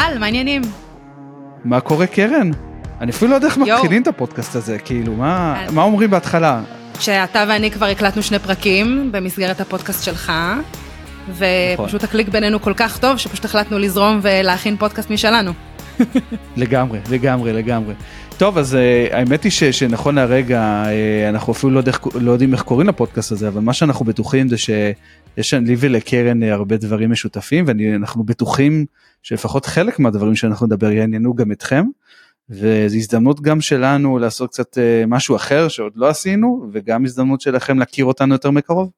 טל, מה העניינים? מה קורה קרן? אני אפילו לא יודע איך מתחילים את הפודקאסט הזה, כאילו, מה אומרים בהתחלה? שאתה ואני כבר הקלטנו 2 פרקים במסגרת הפודקאסט שלך, ופשוט הקליק בינינו כל כך טוב, שפשוט החלטנו לזרום ולהכין פודקאסט משלנו. לגמרי. טוב, אז האמת היא שנכון להרגע, אנחנו אפילו לא יודעים איך קוראים לפודקאסט הזה, אבל מה שאנחנו בטוחים זה שיש לי ולקרן הרבה דברים משותפים, ואנחנו בטוחים שלפחות חלק מהדברים שאנחנו נדבר יעניינו גם אתכם, וזו הזדמנות גם שלנו לעשות קצת משהו אחר שעוד לא עשינו, וגם הזדמנות שלכם להכיר אותנו יותר מקרוב.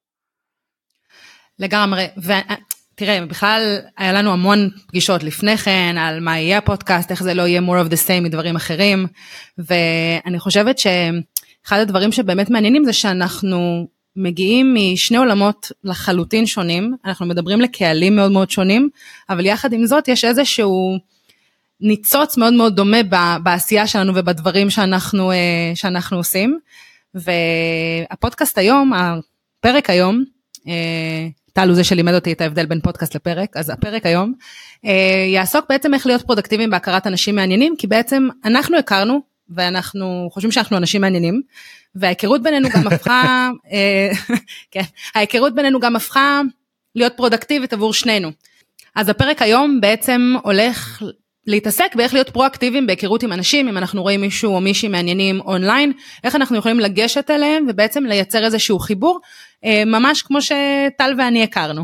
לגמרי, תראה, בכלל היה לנו המון פגישות לפני כן, על מה יהיה הפודקאסט, איך זה לא יהיה more of the same מדברים אחרים, ואני חושבת שאחד הדברים שבאמת מעניינים זה שאנחנו מגיעים משני עולמות לחלוטין שונים, אנחנו מדברים לקהלים מאוד מאוד שונים, אבל יחד עם זאת יש איזשהו ניצוץ מאוד מאוד דומה בעשייה שלנו ובדברים שאנחנו עושים, והפודקאסט היום, הפרק היום, טל הוא זה שלימד אותי את ההבדל בין פודקאסט לפרק, אז הפרק היום יעסוק בעצם איך להיות פרודקטיביים בהכרת אנשים מעניינים, כי בעצם אנחנו הכרנו, ואנחנו חושבים שאנחנו אנשים מעניינים, וההיכרות בינינו גם הפכה, כן, ההיכרות בינינו גם הפכה להיות פרודקטיבית עבור שנינו. אז הפרק היום בעצם הולך להתעסק באיך להיות פרואקטיביים בהיכרות עם אנשים, אם אנחנו רואים מישהו או מישהי מעניינים אונליין, איך אנחנו יכולים לגשת אליהם, ובעצם לייצר איזשהו חיבור, ממש כמו שטל ואני הכרנו.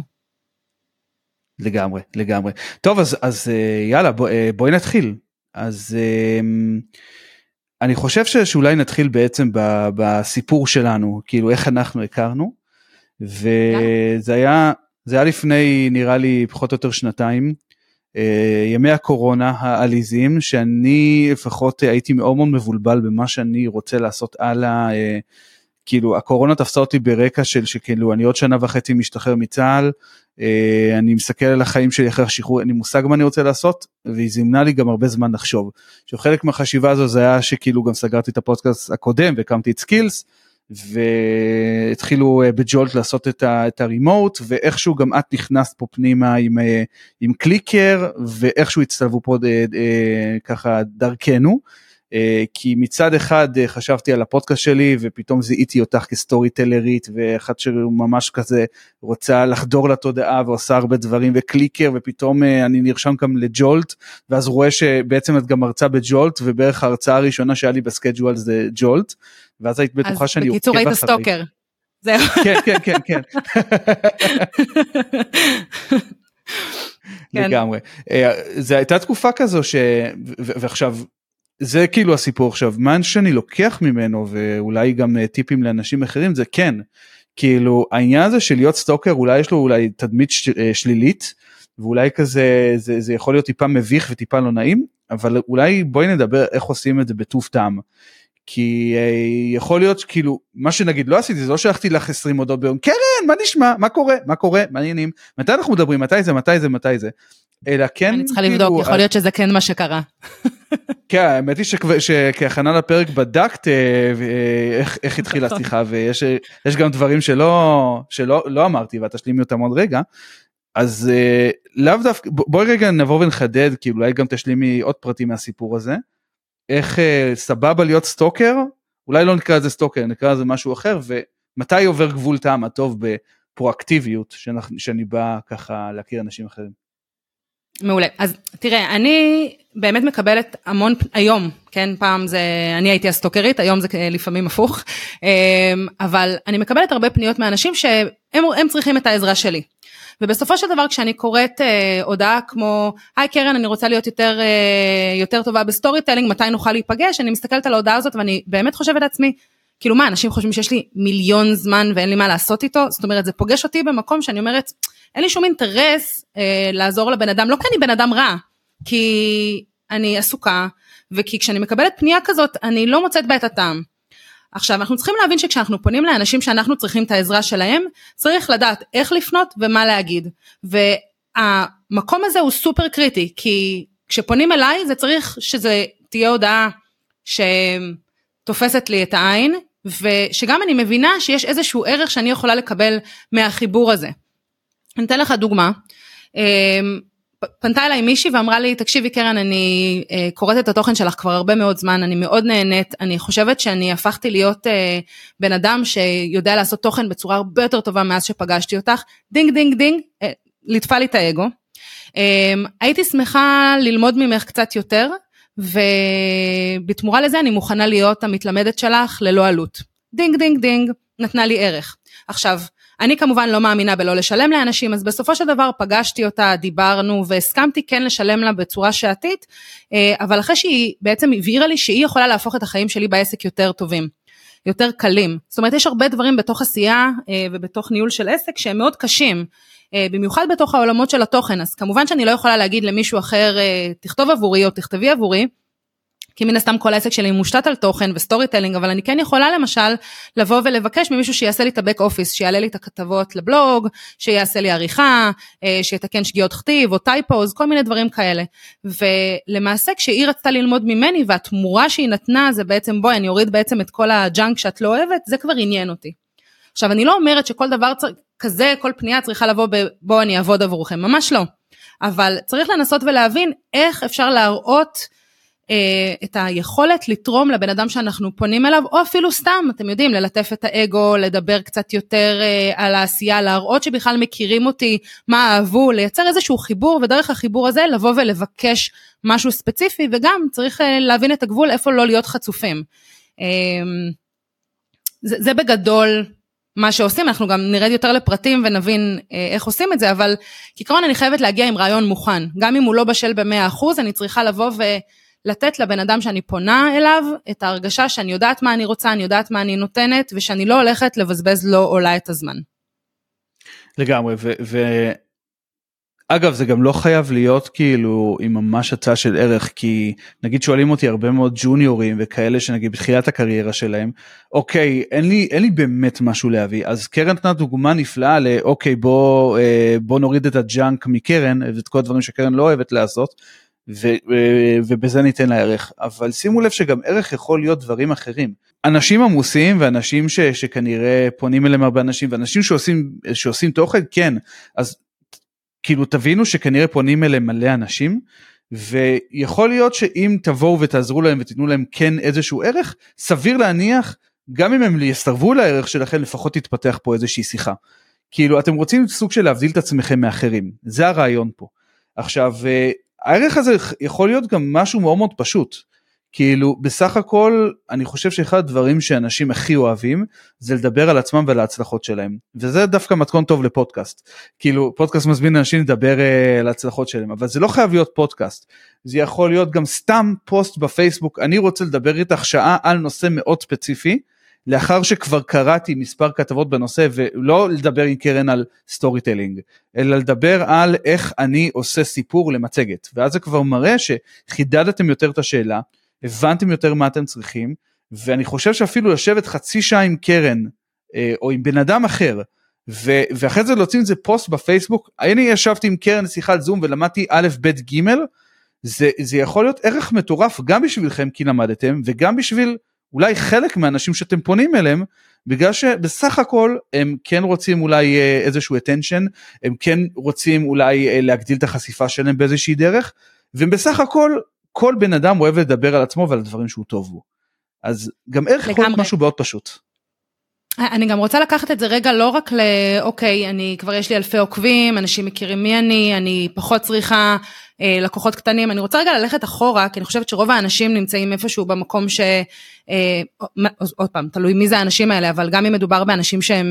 לגמרי. טוב, אז יאללה, בואי נתחיל. אז אני חושב שאולי נתחיל בעצם בסיפור שלנו, כאילו איך אנחנו הכרנו, וזה היה לפני נראה לי פחות או יותר 2 ימי הקורונה העליזים, שאני לפחות הייתי מאוד מאוד מבולבל במה שאני רוצה לעשות הלאה, כאילו הקורונה תפסה אותי ברקע שכאילו אני עוד 1.5 שנה משתחרר מצה"ל, אני מסתכל על החיים שלי אחרי השחרור, אני מושג מה אני רוצה לעשות, והיא זימנה לי גם הרבה זמן לחשוב. עכשיו חלק מהחשיבה הזו זה היה שכאילו גם סגרתי את הפודקאסט הקודם, והקמתי את סקילס, והתחילו בג'ולט לעשות את הרימוט, ואיכשהו גם את נכנסת פה פנימה עם קליקר, ואיכשהו הצטלבו פה ככה דרכנו, כי מצד אחד חשבתי על הפודקאסט שלי, ופתאום זיהיתי אותך כסטורי טלרית, ואחד שממש כזה רוצה לחדור לתודעה, ועושה הרבה דברים, וקליקר, ופתאום אני נרשם גם לג'ולט, ואז רואה שבעצם את גם מרצה בג'ולט, ובערך ההרצאה הראשונה שהיה לי בסקייג'ואל זה ג'ולט, ואז היית בטוחה שאני עוקב אחרי. אז בקיצור היית סטוקר. זהו. כן. לגמרי. זו הייתה תקופה כזו ועכשיו, זה כאילו הסיפור עכשיו, מה שאני לוקח ממנו, ואולי גם טיפים לאנשים אחרים, זה כן, כאילו העניין הזה של להיות סטוקר, אולי יש לו אולי תדמית שלילית, ואולי כזה, זה יכול להיות טיפה מביך וטיפה לא נעים, אבל אולי בואי נדבר איך עושים את זה בטוב טעם, כי יכול להיות כאילו, מה שנגיד לא עשיתי, זה לא שלחתי לך 20 הודעות ביום, קרן, מה נשמע, מה קורה, מה העניינים, מתי אנחנו מדברים, מתי זה, אלא כן, אני צריכה לבדוק, יכול להיות שזה כן מה שקרה. כן, האמת היא שכהכנה לפרק בדקת איך התחילה השיחה, ויש גם דברים שלא אמרתי, ואת תשלימי אותם עוד רגע, אז לאו דווקא, בואי רגע נבוא ונחדד, כי אולי גם תשלימי עוד פרטים מהסיפור הזה, איך סבבה להיות סטוקר, אולי לא נקרא את זה סטוקר, נקרא את זה משהו אחר, ומתי עובר גבול טעם הטוב בפרואקטיביות, שאני בא ככה להכיר אנשים אחרים. מעולה, אז תראה, אני באמת מקבלת המון, היום, כן, פעם זה, אני הייתי הסטוקרית, היום זה לפעמים הפוך, אבל אני מקבלת הרבה פניות מאנשים שהם צריכים את העזרה שלי, ובסופו של דבר כשאני קוראת הודעה כמו, היי קרן, אני רוצה להיות יותר טובה בסטורי טלינג, מתי נוכל להיפגש, אני מסתכלת על ההודעה הזאת ואני באמת חושבת לעצמי, כאילו מה, אנשים חושבים שיש לי מיליון זמן ואין לי מה לעשות איתו, זאת אומרת, זה פוגש אותי במקום שאני אומרת, אין לי שום אינטרס לעזור לבן אדם, לא כי אני בן אדם רע, כי אני עסוקה, וכי כשאני מקבלת פנייה כזאת, אני לא מוצאת בה את הטעם. עכשיו, אנחנו צריכים להבין שכשאנחנו פונים לאנשים שאנחנו צריכים את העזרה שלהם, צריך לדעת איך לפנות ומה להגיד. והמקום הזה הוא סופר קריטי, כי כשפונים אליי, זה צריך שזה תהיה הודעה שתופסת לי את העין, ושגם אני מבינה שיש איזשהו ערך שאני יכולה לקבל מהחיבור הזה. אני אתן לך דוגמה, פנתה אליי מישהי ואמרה לי, תקשיבי קרן, אני קוראת את התוכן שלך כבר הרבה מאוד זמן, אני מאוד נהנית, אני חושבת שאני הפכתי להיות בן אדם שיודע לעשות תוכן בצורה הרבה יותר טובה מאז שפגשתי אותך, דינג דינג דינג, לטפה לי את האגו. הייתי שמחה ללמוד ממך קצת יותר, ובתמורה לזה אני מוכנה להיות המתלמדת שלך ללא עלות. דינג דינג דינג, נתנה לי ערך. עכשיו, אני כמובן לא מאמינה בלא לשלם לאנשים, אז בסופו של דבר פגשתי אותה, דיברנו והסכמתי כן לשלם לה בצורה שעתית, אבל אחרי שהיא בעצם הבהירה לי שהיא יכולה להפוך את החיים שלי בעסק יותר טובים, יותר קלים. זאת אומרת, יש הרבה דברים בתוך עשייה ובתוך ניהול של עסק שהם מאוד קשים, במיוחד בתוך העולמות של התוכן, אז כמובן שאני לא יכולה להגיד למישהו אחר, תכתוב עבורי או תכתבי עבורי, כי מן הסתם כל העסק שלי מושתת על תוכן וסטורי טלינג, אבל אני כן יכולה למשל לבוא ולבקש ממישהו שיעשה לי את הבק אופיס, שיעלה לי את הכתבות לבלוג, שיעשה לי עריכה, שיתקן שגיאות כתיב או טייפוז, כל מיני דברים כאלה. ולמעשה כשהיא רצתה ללמוד ממני, והתמורה שהיא נתנה זה בעצם, בואי אני אוריד בעצם את כל הג'אנק שאת לא אוהבת, זה כבר עניין אותי. עכשיו אני לא אומרת שכל דבר כזה, כל פנייה צריכה לבוא בוא אני אעבוד עבורכם, ממש לא. אבל צריך לנסות ולהבין איך אפשר להראות את היכולת לתרום לבן אדם שאנחנו פונים אליו, או אפילו סתם, אתם יודעים, ללטף את האגו, לדבר קצת יותר על העשייה, להראות שבכלל מכירים אותי, מה אהבו, לייצר איזשהו חיבור, ודרך החיבור הזה לבוא ולבקש משהו ספציפי, וגם צריך להבין את הגבול, איפה לא להיות חצופים. זה בגדול מה שעושים, אנחנו גם נרד יותר לפרטים ונבין איך עושים את זה, אבל כעיקרון אני חייבת להגיע עם רעיון מוכן, גם אם הוא לא בשל ב100%, אני צריכה לבוא לתת לבן אדם שאני פונה אליו, את ההרגשה שאני יודעת מה אני רוצה, אני יודעת מה אני נותנת, ושאני לא הולכת לבזבז לו עולה את הזמן. לגמרי, אגב, זה גם לא חייב להיות כאילו עם ממש הצעה של ערך, כי נגיד שואלים אותי הרבה מאוד ג'וניורים וכאלה שנגיד בתחילת הקריירה שלהם, אוקיי, אין לי באמת משהו להביא, אז קרן נתנה דוגמה נפלאה לאוקיי, בוא נוריד את הג'אנק מקרן, ואת כל הדברים שקרן לא אוהבת לעשות, ובזה ניתן לה ערך, אבל שימו לב שגם ערך יכול להיות דברים אחרים, אנשים עמוסים ואנשים שכנראה פונים אליהם הרבה אנשים, ואנשים שעושים תוכן, כן, אז כאילו תבינו שכנראה פונים אליהם מלא אנשים, ויכול להיות שאם תבואו ותעזרו להם ותיתנו להם כן איזשהו ערך, סביר להניח, גם אם הם יסתרבו לערך שלכם, לפחות תתפתח פה איזושהי שיחה, כאילו אתם רוצים סוג של להבדיל את עצמכם מאחרים, זה הרעיון פה. עכשיו הערך הזה יכול להיות גם משהו מאוד מאוד פשוט, כאילו בסך הכל אני חושב שאחד הדברים שאנשים הכי אוהבים, זה לדבר על עצמם ועל ההצלחות שלהם, וזה דווקא מתכון טוב לפודקאסט, כאילו פודקאסט מזמין אנשים לדבר על ההצלחות שלהם, אבל זה לא חייב להיות פודקאסט, זה יכול להיות גם סתם פוסט בפייסבוק, אני רוצה לדבר איתך שעה על נושא מאוד ספציפי, לאחר שכבר קראתי מספר כתבות בנושא, ולא לדבר עם קרן על סטורי טלינג, אלא לדבר על איך אני עושה סיפור למצגת, ואז זה כבר מראה שחידדתם יותר את השאלה, הבנתם יותר מה אתם צריכים, ואני חושב שאפילו לשבת חצי שעה עם קרן, או עם בן אדם אחר, ואחרי זה להוציא את זה פוסט בפייסבוק, אני ישבתי עם קרן שיחת זום, ולמדתי א' ב' ג', זה יכול להיות ערך מטורף, גם בשבילכם כי למדתם, וגם בשביל אולי חלק מהאנשים שאתם פונים אליהם, בגלל שבסך הכל הם כן רוצים אולי איזשהו attention, הם כן רוצים אולי להגדיל את החשיפה שלהם באיזושהי דרך, ובסך הכל כל בן אדם אוהב לדבר על עצמו ועל הדברים שהוא טוב בו. אז גם ערך יכול להיות משהו מאוד פשוט. אני גם רוצה לקחת את זה רגע לא רק אוקיי, אני כבר יש לי אלפי עוקבים, אנשים מכירים מי אני פחות צריכה לקוחות קטנים, אני רוצה רגע ללכת אחורה, כי אני חושבת שרוב האנשים נמצאים איפשהו במקום עוד פעם, תלוי מי זה האנשים האלה, אבל גם אם מדובר באנשים שהם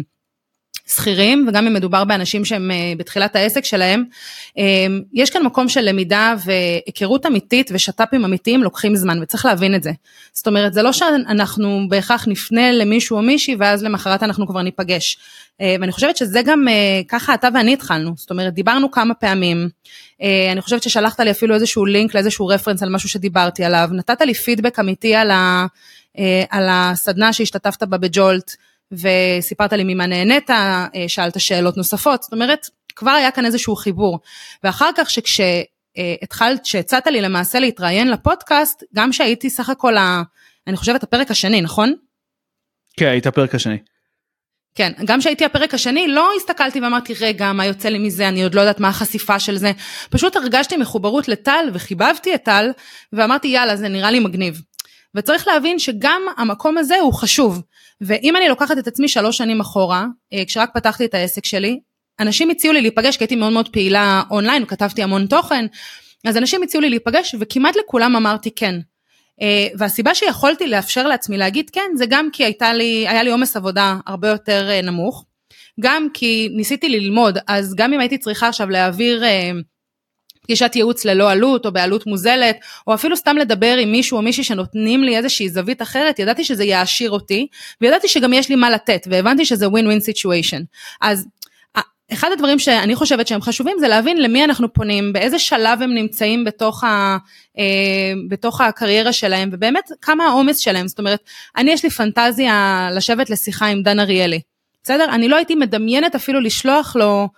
שכירים, וגם אם מדובר באנשים שהם בתחילת העסק שלהם, יש כאן מקום של למידה והיכרות אמיתית ושטאפים אמיתיים לוקחים זמן, וצריך להבין את זה. זאת אומרת, זה לא שאנחנו בהכרח נפנה למישהו או מישהי, ואז למחרת אנחנו כבר ניפגש. ואני חושבת שזה גם ככה אתה ואני התחלנו, זאת אומרת, דיברנו כמה פעמים, אני חושבת ששלחת לי אפילו איזשהו לינק לאיזשהו רפרנס על משהו שדיברתי עליו, נתת לי פידבק אמיתי על הסדנה שהשתתפת בה בג'ולט, וסיפרת לי ממה נהנית, שאלת שאלות נוספות, זאת אומרת, כבר היה כאן איזשהו חיבור, ואחר כך שהצעת לי למעשה להתראיין לפודקאסט, גם שהייתי סך הכל, אני חושבת הפרק השני, נכון? כן, היית הפרק השני. כן, גם שהייתי הפרק השני, לא הסתכלתי ואמרתי, רגע, מה יוצא לי מזה, אני עוד לא יודעת מה החשיפה של זה, פשוט הרגשתי מחוברות לטל, וחיבבתי את טל, ואמרתי, יאללה, זה נראה לי מגניב. וצריך להבין שגם המקום הזה הוא חשוב, ואם אני לוקחת את עצמי 3 שנים אחורה, כשרק פתחתי את העסק שלי, אנשים הציעו לי להיפגש, כי הייתי מאוד מאוד פעילה אונליין, כתבתי המון תוכן, אז אנשים הציעו לי להיפגש, וכמעט לכולם אמרתי כן. והסיבה שיכולתי לאפשר לעצמי להגיד כן, זה גם כי היה לי עומס עבודה הרבה יותר נמוך, גם כי ניסיתי ללמוד, אז גם אם הייתי צריכה עכשיו להעביר פגישת ייעוץ ללא עלות, או בעלות מוזלת, או אפילו סתם לדבר עם מישהו או מישהי שנותנים לי איזושהי זווית אחרת, ידעתי שזה יעשיר אותי, וידעתי שגם יש לי מה לתת, והבנתי שזה win-win situation. אז אחד הדברים שאני חושבת שהם חשובים, זה להבין למי אנחנו פונים, באיזה שלב הם נמצאים בתוך הקריירה שלהם, ובאמת כמה העומס שלהם, זאת אומרת, יש לי פנטזיה לשבת לשיחה עם דן אריאלי, בסדר? אני לא הייתי מדמיינת אפילו לשלוח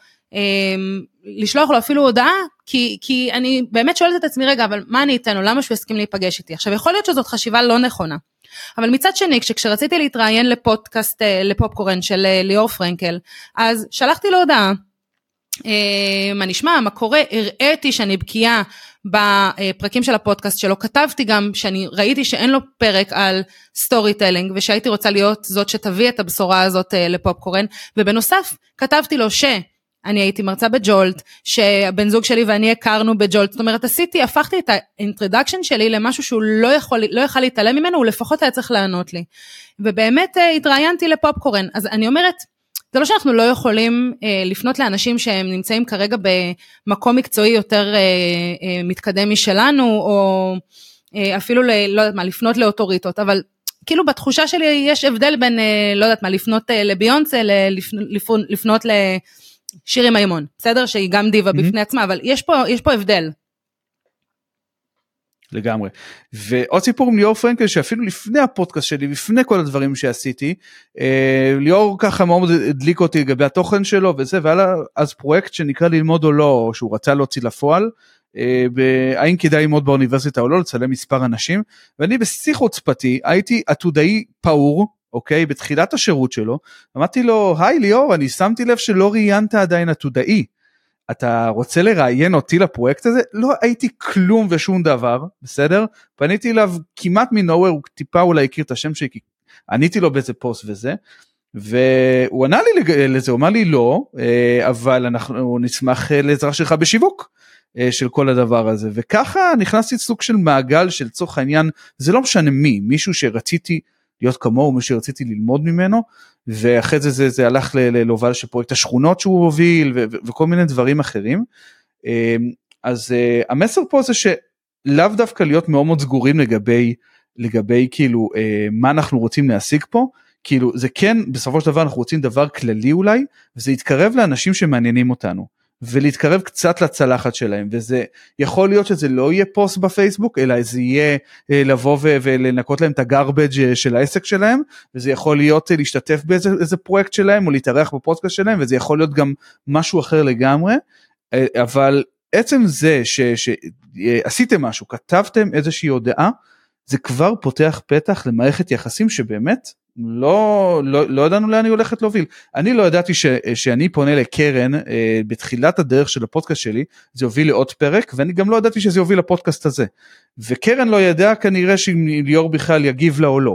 לו אפילו הודעה, כי אני באמת שואלת את עצמי, רגע, אבל מה אני אתן לו? למה שהוא יסכים להיפגש איתי? עכשיו, יכול להיות שזאת חשיבה לא נכונה, אבל מצד שני, כשרציתי להתראיין לפודקאסט, לפופקורן של ליאור פרנקל, אז שלחתי לו הודעה, מה נשמע, מה קורה, הראיתי שאני בקיאה בפרקים של הפודקאסט שלו, כתבתי גם שאני ראיתי שאין לו פרק על סטורי טלינג, ושהייתי רוצה להיות זאת שתביא את הבשורה הזאת לפופקורן, ובנוסף כתבתי לו אני הייתי מרצה בג'ולט, שהבן זוג שלי ואני הכרנו בג'ולט, זאת אומרת, הפכתי את האינטרדקשן שלי למשהו שהוא לא יכל להתעלם ממנו, הוא לפחות היה צריך לענות לי. ובאמת התראיינתי לפופקורן, אז אני אומרת, זה לא שאנחנו לא יכולים לפנות לאנשים שהם נמצאים כרגע במקום מקצועי יותר מתקדם משלנו, או אפילו לא יודעת מה, לפנות לאוטוריטות, אבל כאילו בתחושה שלי יש הבדל בין, לא יודעת מה, לפנות לביונסה, לפנות שירי מימון, בסדר? שהיא גם דיבה בפני עצמה, אבל יש פה הבדל. לגמרי. ועוד סיפור עם ליאור פרנקל, שאפילו לפני הפודקאסט שלי, לפני כל הדברים שעשיתי, ליאור ככה מאוד הדליק אותי לגבי התוכן שלו וזה, והיה לה אז פרויקט שנקרא ללמוד או לא, שהוא רצה להוציא לפועל, האם כדאי ללמוד באוניברסיטה או לא, לצלם מספר אנשים, ואני בשיא חוצפתי, הייתי עתודאי פעור, אוקיי, בתחילת השירות שלו, אמרתי לו, היי ליאור, אני שמתי לב שלא ראיינת עדיין עתודאי, אתה רוצה לראיין אותי לפרויקט הזה? לא הייתי כלום ושום דבר, בסדר? פניתי אליו כמעט מנוהוור, הוא טיפה אולי הכיר את השם שלי, עניתי לו באיזה פוסט וזה, והוא ענה לי לזה, הוא אמר לי לא, אבל אנחנו נשמח לעזרה שלך בשיווק, של כל הדבר הזה, וככה נכנסתי סוג של מעגל של צורך העניין, זה לא משנה מישהו שרציתי להיות כמוהו, מישהו שרציתי ללמוד ממנו, ואחרי זה הלך להובל של פרויקט השכונות שהוא הוביל, וכל מיני דברים אחרים, אז המסר פה זה שלאו דווקא להיות מאוד מאוד סגורים לגבי כאילו מה אנחנו רוצים להשיג פה, כאילו זה כן בסופו של דבר אנחנו רוצים דבר כללי אולי, וזה יתקרב לאנשים שמעניינים אותנו, ולהתקרב קצת לצלחת שלהם, וזה יכול להיות שזה לא יהיה פוסט בפייסבוק, אלא זה יהיה לבוא ולנקות להם את הגרבג' של העסק שלהם, וזה יכול להיות להשתתף באיזה פרויקט שלהם, או להתארח בפודקאסט שלהם, וזה יכול להיות גם משהו אחר לגמרי, אבל עצם זה שעשיתם משהו, כתבתם איזושהי הודעה, זה כבר פותח פתח למערכת יחסים שבאמת לא ידענו לאן היא הולכת להוביל. אני לא ידעתי שאני פונה לקרן בתחילת הדרך של הפודקאסט שלי, זה יוביל לעוד פרק, ואני גם לא ידעתי שזה יוביל לפודקאסט הזה. וקרן לא ידעה כנראה שאם ליאור בכלל יגיב לה או לא.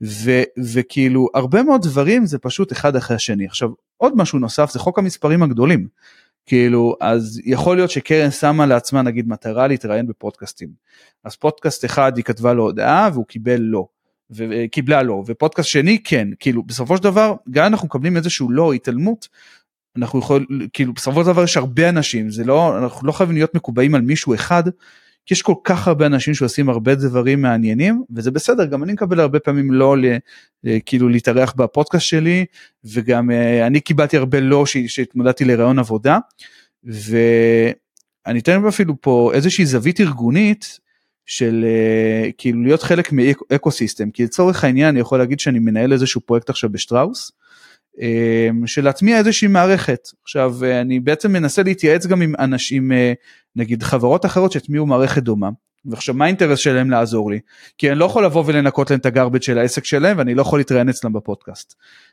וכאילו הרבה מאוד דברים זה פשוט אחד אחרי השני. עכשיו עוד משהו נוסף זה חוק המספרים הגדולים. כאילו, אז יכול להיות שקרן שמה לעצמה נגיד מטרה להתראיין בפודקאסטים. אז פודקאסט אחד היא כתבה לו הודעה והוא קיבל לא. וקיבלה לא, ופודקאסט שני כן, כאילו בסופו של דבר, גם אנחנו מקבלים איזשהו לא, התעלמות, אנחנו יכולים, כאילו בסופו של דבר יש הרבה אנשים, אנחנו לא חייבים להיות מקובעים על מישהו אחד, כי יש כל כך הרבה אנשים שעושים הרבה דברים מעניינים, וזה בסדר, גם אני מקבל הרבה פעמים לא, כאילו להתארח בפודקאסט שלי, וגם אני קיבלתי הרבה לא, שהתמודדתי לרעיון עבודה, ואני אתן אפילו פה איזושהי זווית ארגונית, של כאילו להיות חלק מאקוסיסטם, כי לצורך העניין אני יכול להגיד שאני מנהל איזשהו פרויקט עכשיו בשטראוס, של להטמיע איזושהי מערכת, עכשיו אני בעצם מנסה להתייעץ גם עם אנשים, נגיד חברות אחרות שהטמיעו מערכת דומה, ועכשיו מה האינטרס שלהם לעזור לי? כי אני לא יכול לבוא ולנקות להם את הגרבג' של העסק שלהם, ואני לא יכול להתראיין אצלם בפודקאסט.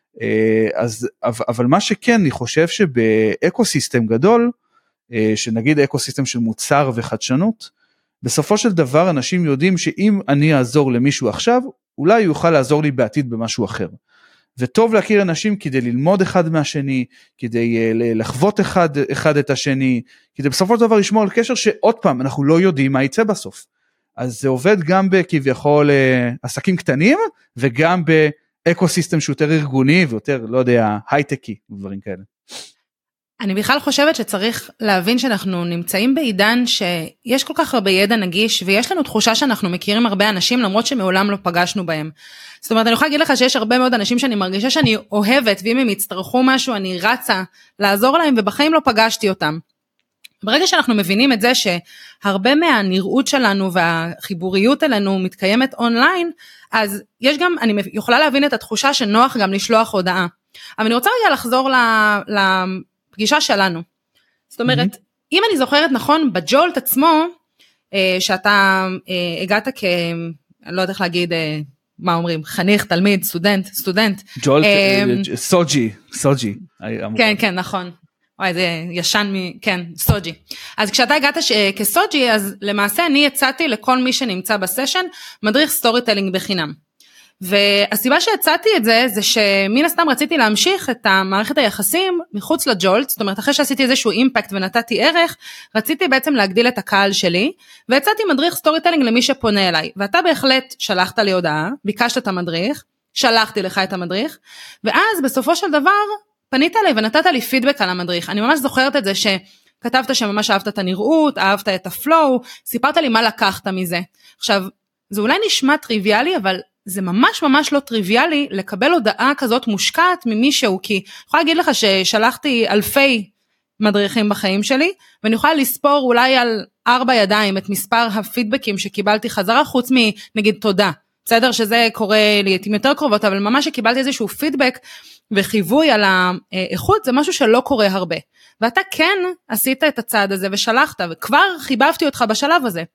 אבל מה שכן, אני חושב שבאקוסיסטם גדול, שנגיד אקוסיסטם של מוצר וחדשנות, בסופו של דבר אנשים יודעים שאם אני אעזור למישהו עכשיו, אולי הוא יוכל לעזור לי בעתיד במשהו אחר. וטוב להכיר אנשים כדי ללמוד אחד מהשני, כדי לחוות אחד את השני, כדי בסופו של דבר לשמור על קשר שעוד פעם אנחנו לא יודעים מה יצא בסוף. אז זה עובד גם בכביכול עסקים קטנים, וגם באקוסיסטם שהוא יותר ארגוני ויותר, לא יודע, הייטקי ודברים כאלה. אני בכלל חושבת שצריך להבין שאנחנו נמצאים בעידן שיש כל כך הרבה ידע נגיש, ויש לנו תחושה שאנחנו מכירים הרבה אנשים, למרות שמעולם לא פגשנו בהם. זאת אומרת, אני יכולה להגיד לך שיש הרבה מאוד אנשים שאני מרגישה שאני אוהבת, ואם הם יצטרכו משהו, אני רצה לעזור להם, ובחיים לא פגשתי אותם. ברגע שאנחנו מבינים את זה שהרבה מהנראות שלנו והחיבוריות אלינו מתקיימת אונליין, אז יש גם, אני יכולה להבין את התחושה שנוח גם לשלוח הודעה. אבל אני רוצה רגע לחזור לפגישה שלנו. זאת אומרת, אם אני זוכרת נכון, בג'ולט עצמו, שאתה הגעת אני לא יודעת איך להגיד, מה אומרים, חניך, תלמיד, סטודנט. ג'ולט, סוג'י. כן, כן, נכון. וואי, זה ישן כן, סוג'י. אז כשאתה הגעת כסוג'י, אז למעשה אני יצאתי לכל מי שנמצא בסשן, מדריך סטורי טלינג בחינם. והסיבה שהצעתי את זה, זה שמן הסתם רציתי להמשיך את המערכת היחסים מחוץ לג'ולט, זאת אומרת, אחרי שעשיתי איזשהו אימפקט ונתתי ערך, רציתי בעצם להגדיל את הקהל שלי, והצעתי מדריך סטורי טלינג למי שפונה אליי, ואתה בהחלט שלחת לי הודעה, ביקשת את המדריך, שלחתי לך את המדריך, ואז בסופו של דבר, פנית אליי ונתת לי פידבק על המדריך, אני ממש זוכרת את זה שכתבת שממש אהבת את הנראות, אהבת את הפלואו, סיפרת לי מה לקחת מזה. עכשיו, זה אולי נשמע טריוויאלי, אבל זה ממש ממש לא טריוויאלי לקבל הודעה כזאת מושקעת ממישהו, כי אני יכולה להגיד לך ששלחתי אלפי מדריכים בחיים שלי, ואני יכולה לספור אולי על 4 ידיים את מספר הפידבקים שקיבלתי חזרה, חוץ מנגיד תודה. בסדר שזה קורה לעתים יותר קרובות, אבל ממש שקיבלתי איזשהו פידבק וחיווי על האיכות, זה משהו שלא קורה הרבה. ואתה כן עשית את הצעד הזה ושלחת, וכבר חיבבתי אותך בשלב הזה.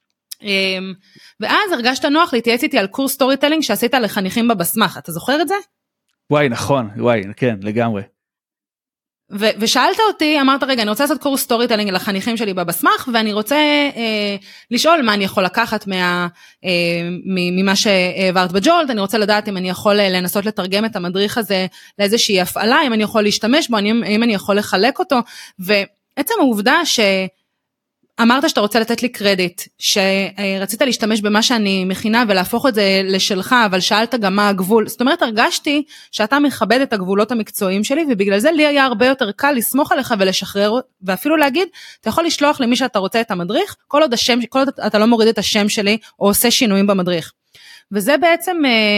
ואז הרגשת נוח להתייעץ איתי על קורס סטורי טלינג שעשית לחניכים בבסמך, אתה זוכר את זה? וואי, נכון, וואי, כן, לגמרי. ושאלת אותי, אמרת רגע, אני רוצה לעשות קורס סטורי טלינג לחניכים שלי בבסמך, ואני רוצה לשאול מה אני יכול לקחת ממה שהעברת בג'ולט, אני רוצה לדעת אם אני יכול לנסות לתרגם את המדריך הזה לאיזושהי הפעלה, אם אני יכול להשתמש בו, אם אני יכול לחלק אותו, ועצם העובדה אמרת שאתה רוצה לתת לי קרדיט, שרצית להשתמש במה שאני מכינה ולהפוך את זה לשלך, אבל שאלת גם מה הגבול, זאת אומרת הרגשתי שאתה מכבד את הגבולות המקצועיים שלי, ובגלל זה לי היה הרבה יותר קל לסמוך עליך ולשחרר, ואפילו להגיד, אתה יכול לשלוח למי שאתה רוצה את המדריך, כל עוד אתה לא מוריד את השם שלי, או עושה שינויים במדריך. וזה בעצם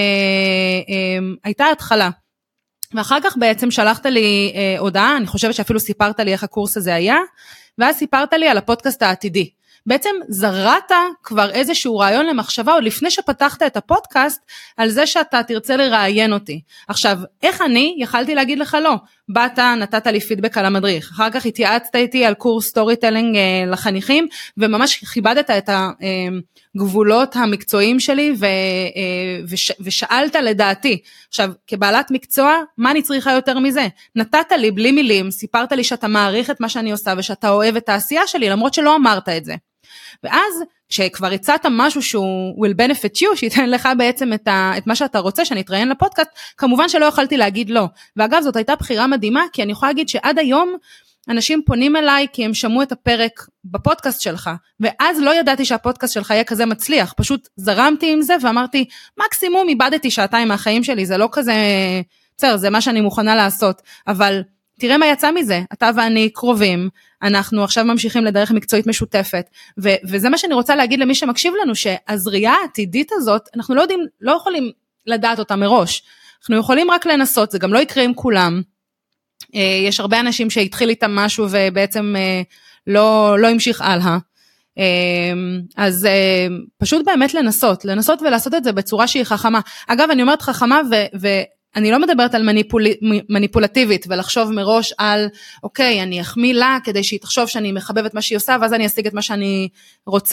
הייתה התחלה. ואחר כך בעצם שלחת לי הודעה, אני חושבת שאפילו סיפרת לי איך הקורס הזה היה, ואז סיפרת לי על הפודקאסט העתידי. בעצם זרעת כבר איזשהו רעיון למחשבה, עוד לפני שפתחת את הפודקאסט, על זה שאתה תרצה לראיין אותי. עכשיו, איך אני יכלתי להגיד לך לא? באת, נתת לי פידבק על המדריך, אחר כך התייעצת איתי על קורס סטורי טלינג לחניכים, וממש כיבדת את הגבולות המקצועיים שלי, ושאלת לדעתי. עכשיו, כבעלת מקצוע, מה אני צריכה יותר מזה? נתת לי בלי מילים, סיפרת לי שאתה מעריך את מה שאני עושה, ושאתה אוהב את העשייה שלי, למרות שלא אמרת את זה. ואז, כשכבר הצעת משהו שהוא will benefit you, שייתן לך בעצם את מה שאתה רוצה, שאני אתראיין לפודקאסט, כמובן שלא יכולתי להגיד לא. ואגב, זאת הייתה בחירה מדהימה, כי אני יכולה להגיד שעד היום, אנשים פונים אליי, כי הם שמעו את הפרק בפודקאסט שלך, ואז לא ידעתי שהפודקאסט שלך יהיה כזה מצליח, פשוט זרמתי עם זה, ואמרתי, מקסימום איבדתי 2 שעתיים מהחיים שלי, זה לא כזה, בסדר, זה מה שאני מוכנה לעשות, אבל תראה מה יצא מזה, אתה ואני קרובים, אנחנו עכשיו ממשיכים לדרך מקצועית משותפת, וזה מה שאני רוצה להגיד למי שמקשיב לנו, שהזריעה העתידית הזאת, אנחנו לא יכולים לדעת אותה מראש, אנחנו יכולים רק לנסות, זה גם לא יקרה עם כולם, יש הרבה אנשים שהתחיל איתם משהו, ובעצם לא המשיך הלאה, אז פשוט באמת לנסות ולעשות את זה בצורה שהיא חכמה, אגב אני אומרת חכמה אני לא מדברת על מניפולטיבית, ולחשוב מראש על, אוקיי, אני אחמיא לה, כדי שהיא תחשוב שאני מחבב את מה שהיא עושה, ואז אני אשיג את מה שאני רוצה.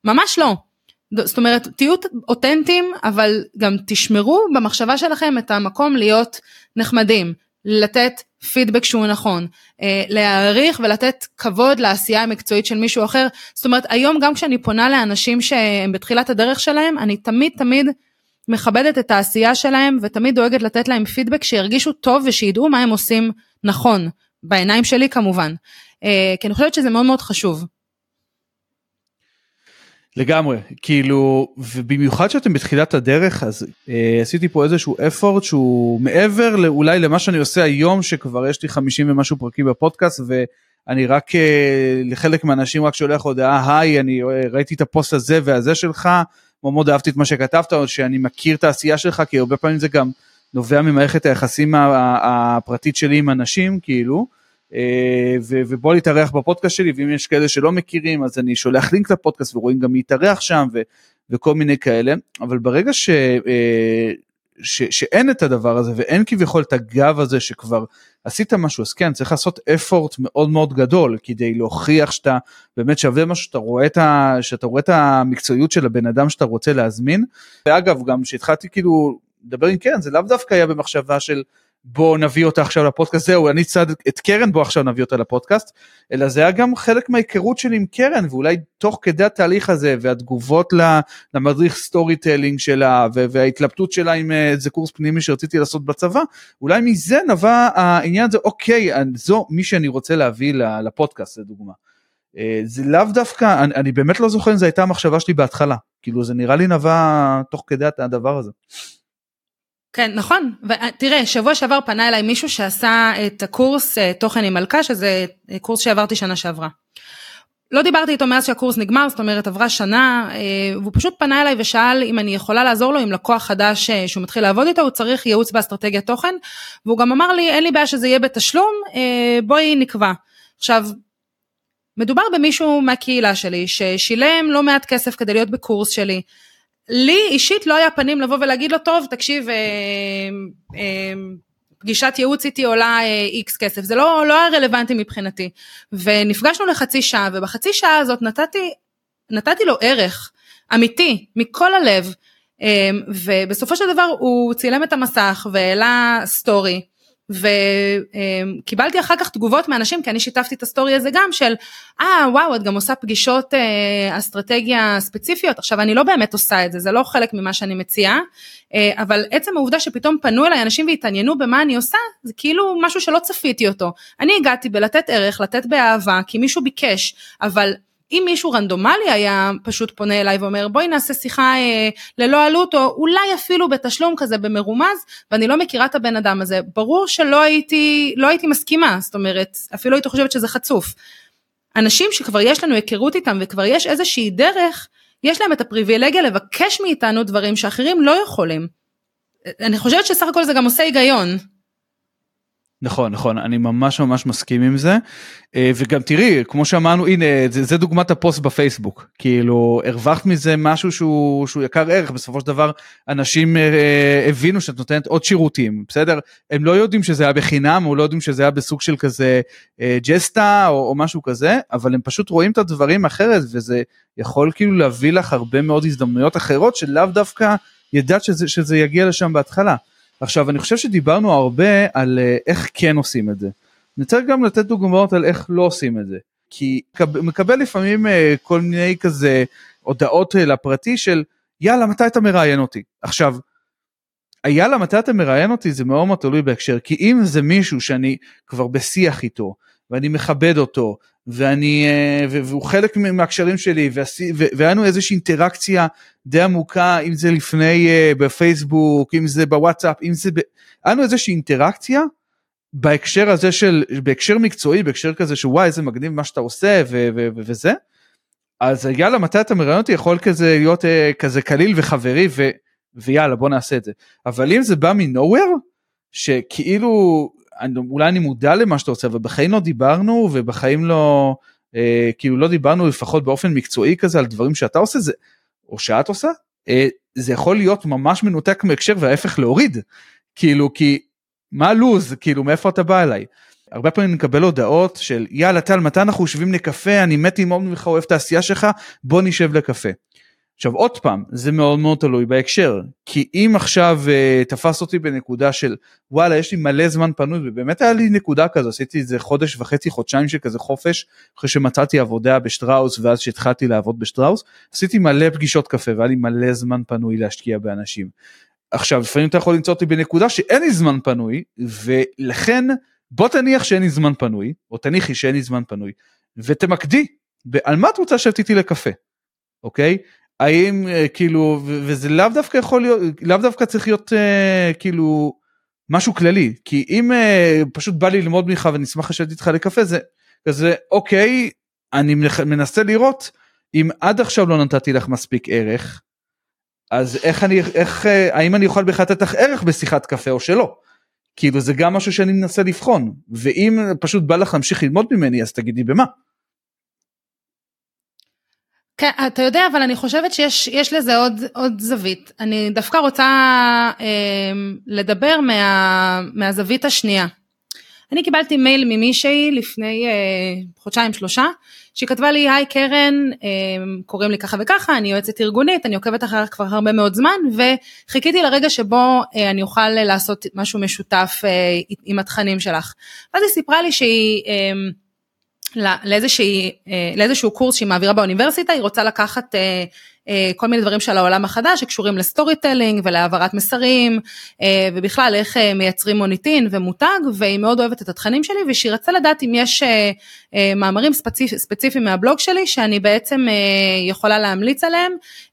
ממש לא. זאת אומרת, תהיו אותנטיים, אבל גם תשמרו במחשבה שלכם את המקום להיות נחמדים, לתת פידבק שהוא נכון, להעריך ולתת כבוד לעשייה המקצועית של מישהו אחר. זאת אומרת, היום גם כשאני פונה לאנשים שהם בתחילת הדרך שלהם, אני תמיד מכבדת את העשייה שלהם, ותמיד דואגת לתת להם פידבק שירגישו טוב, ושידעו מה הם עושים נכון, בעיניים שלי כמובן. כי אני חושבת שזה מאוד מאוד חשוב. לגמרי, כאילו, ובמיוחד שאתם בתחילת הדרך, אז עשיתי פה איזשהו effort שהוא מעבר אולי למה שאני עושה היום, שכבר יש לי 50 ומשהו פרקים בפודקאסט, ואני רק לחלק מהאנשים רק שולח הודעה, היי, אני ראיתי את הפוסט הזה והזה שלך, מאוד אהבתי את מה שכתבת, או שאני מכיר את העשייה שלך, כי הרבה פעמים זה גם נובע ממערכת היחסים הפרטית שלי עם אנשים, כאילו, ובוא להתארח בפודקאסט שלי, ואם יש כאלה שלא מכירים, אז אני שולח לינק לפודקאסט, ורואים גם להתארח שם, וכל מיני כאלה, אבל ברגע שאין את הדבר הזה, ואין כביכול את הגב הזה, שכבר עשית משהו, אז כן, צריך לעשות effort מאוד מאוד גדול, כדי להוכיח שאתה באמת שווה משהו, שאתה רואה את המקצועיות של הבן אדם, שאתה רוצה להזמין, ואגב, גם שהתחלתי כאילו, לדבר עם קרן, זה לאו דווקא היה במחשבה של, בוא נביא אותה עכשיו לפודקאסט, זהו, אני צד את קרן, בוא עכשיו נביא אותה לפודקאסט, אלא זה היה גם חלק מההיכרות שלי עם קרן, ואולי תוך כדי התהליך הזה, והתגובות למדריך סטורי טלינג שלה, וההתלבטות שלה עם איזה קורס פנימי שרציתי לעשות בצבא, אולי מזה נבע העניין הזה, אוקיי, זו מי שאני רוצה להביא לפודקאסט, לדוגמה. זה לאו דווקא, אני באמת לא זוכר אם זו הייתה המחשבה שלי בהתחלה, כאילו זה נראה לי נבע תוך כדי הדבר הזה. כן, נכון, ותראה, שבוע שעבר פנה אליי מישהו שעשה את הקורס תוכן עם מלכה, שזה קורס שעברתי שנה שעברה. לא דיברתי איתו מאז שהקורס נגמר, זאת אומרת עברה שנה, והוא פשוט פנה אליי ושאל אם אני יכולה לעזור לו עם לקוח חדש שהוא מתחיל לעבוד איתו, הוא צריך ייעוץ באסטרטגיית תוכן, והוא גם אמר לי, אין לי בעיה שזה יהיה בתשלום, בואי נקבע. עכשיו, מדובר במישהו מהקהילה שלי, ששילם לא מעט כסף כדי להיות בקורס שלי, לי אישית לא היה פנים לבוא ולהגיד לו, טוב, תקשיב, פגישת ייעוץ איתי עולה X כסף, זה לא היה רלוונטי מבחינתי, ונפגשנו לחצי שעה, ובחצי שעה הזאת נתתי לו ערך אמיתי, מכל הלב, ובסופו של דבר הוא צילם את המסך, והעלה סטורי, וקיבלתי אחר כך תגובות מאנשים, כי אני שיתפתי את הסטורי הזה גם של, וואו, את גם עושה פגישות אסטרטגיה ספציפיות, עכשיו אני לא באמת עושה את זה, זה לא חלק ממה שאני מציעה, אבל עצם העובדה שפתאום פנו אליי אנשים והתעניינו במה אני עושה, זה כאילו משהו שלא צפיתי אותו, אני הגעתי בלתת ערך, לתת באהבה, כי מישהו ביקש, אבל אם מישהו רנדומלי היה פשוט פונה אליי ואומר, בואי נעשה שיחה ללא עלות, או אולי אפילו בתשלום כזה במרומז, ואני לא מכירה את הבן אדם הזה, ברור שלא הייתי מסכימה, זאת אומרת, אפילו הייתי חושבת שזה חצוף. אנשים שכבר יש לנו היכרות איתם, וכבר יש איזושהי דרך, יש להם את הפריבילגיה לבקש מאיתנו דברים שאחרים לא יכולים. אני חושבת שסך הכל זה גם עושה היגיון. נכון, אני ממש מסכים עם זה, וגם תראי, כמו שאמרנו, הנה, זה דוגמת הפוסט בפייסבוק, כאילו, הרווחת מזה משהו שהוא יקר ערך, בסופו של דבר, אנשים הבינו שאת נותנת עוד שירותים, בסדר? הם לא יודעים שזה היה בחינם, או לא יודעים שזה היה בסוג של כזה ג'סטה, או משהו כזה, אבל הם פשוט רואים את הדברים אחרת, וזה יכול כאילו להביא לך הרבה מאוד הזדמנויות אחרות, שלאו דווקא ידעת שזה יגיע לשם בהתחלה. עכשיו, אני חושב שדיברנו הרבה על איך כן עושים את זה. נצטרך גם לתת דוגמאות על איך לא עושים את זה. כי מקבל לפעמים כל מיני כזה הודעות לפרטי של, יאללה, מתי אתה מראיין אותי? עכשיו, יאללה, מתי אתה מראיין אותי? זה מאוד מאוד תלוי בהקשר. כי אם זה מישהו שאני כבר בשיח איתו, ואני מכבד אותו, והוא חלק מהקשרים שלי, והיינו איזושהי אינטראקציה די עמוקה, אם זה לפני בפייסבוק, אם זה בוואטסאפ, היינו איזושהי אינטראקציה, בהקשר הזה בהקשר מקצועי, בהקשר כזה שוואי, איזה מגניב מה שאתה עושה, וזה, אז יאללה, מתי אתה מראיין אותי, יכול כזה להיות כזה קליל וחברי, ויאללה, בוא נעשה את זה. אבל אם זה בא מנוהוור, שכאילו, אולי אני מודע למה שאתה עושה, ובחיים לא דיברנו, ובחיים לא, כאילו לא דיברנו לפחות באופן מקצועי כזה, על דברים שאתה עושה, או שאת עושה, זה יכול להיות ממש מנותק מהקשר, וההפך להוריד, כאילו, כי, מה הלוז, כאילו, מאיפה אתה בא אליי? הרבה פעמים נקבל הודעות של יאללה טל, מתי אנחנו יושבים לקפה, אני מתי מאוד ממך, אוהב את העשייה שלך, בוא נשב לקפה. עכשיו עוד פעם, זה מאוד מאוד תלוי בהקשר, כי אם עכשיו תפס אותי בנקודה של וואלה יש לי מלא זמן פנוי, ובאמת היה לי נקודה כזו, עשיתי את זה חודש וחצי, חודשיים של כזה חופש, אחרי שמצאתי עבודה בשטראוס, ואז שהתחלתי לעבוד בשטראוס, עשיתי מלא פגישות קפה, והיה לי מלא זמן פנוי להשקיע באנשים. עכשיו לפעמים אתה יכול למצוא אותי בנקודה שאין לי זמן פנוי, ולכן בוא תניח שאין לי זמן פנוי, או תניחי שאין לי זמן פנוי, ותמקדי, על מה את רוצה לשבת איתי לקפה, אוקיי? האם כאילו, וזה לאו דווקא יכול להיות, לאו דווקא צריך להיות כאילו משהו כללי, כי אם פשוט בא לי ללמוד ממך ונשמח לשבת איתך לקפה, זה כזה אוקיי, אני מנסה לראות, אם עד עכשיו לא נתתי לך מספיק ערך, אז האם אני יכול בכלל לתת לך ערך בשיחת קפה או שלא? כאילו זה גם משהו שאני מנסה לבחון, ואם פשוט בא לך להמשיך ללמוד ממני, אז תגידי במה. כן, אתה יודע, אבל אני חושבת שיש לזה עוד זווית. אני דווקא רוצה לדבר מהזווית השנייה. אני קיבלתי מייל ממישהי לפני חודשיים 3, שהיא כתבה לי, היי קרן, קוראים לי ככה וככה, אני יועצת ארגונית, אני עוקבת אחריך כבר הרבה מאוד זמן, וחיכיתי לרגע שבו אני אוכל לעשות משהו משותף עם התכנים שלך. ואז היא סיפרה לי שהיא לאיזשהו קורס שהיא מעבירה באוניברסיטה, היא רוצה לקחת כל מיני דברים של העולם החדש, שקשורים לסטורי טלינג ולהעברת מסרים, ובכלל איך מייצרים מוניטין ומותג, והיא מאוד אוהבת את התכנים שלי, ושהיא רצה לדעת אם יש מאמרים ספציפיים מהבלוג שלי, שאני בעצם יכולה להמליץ עליהם,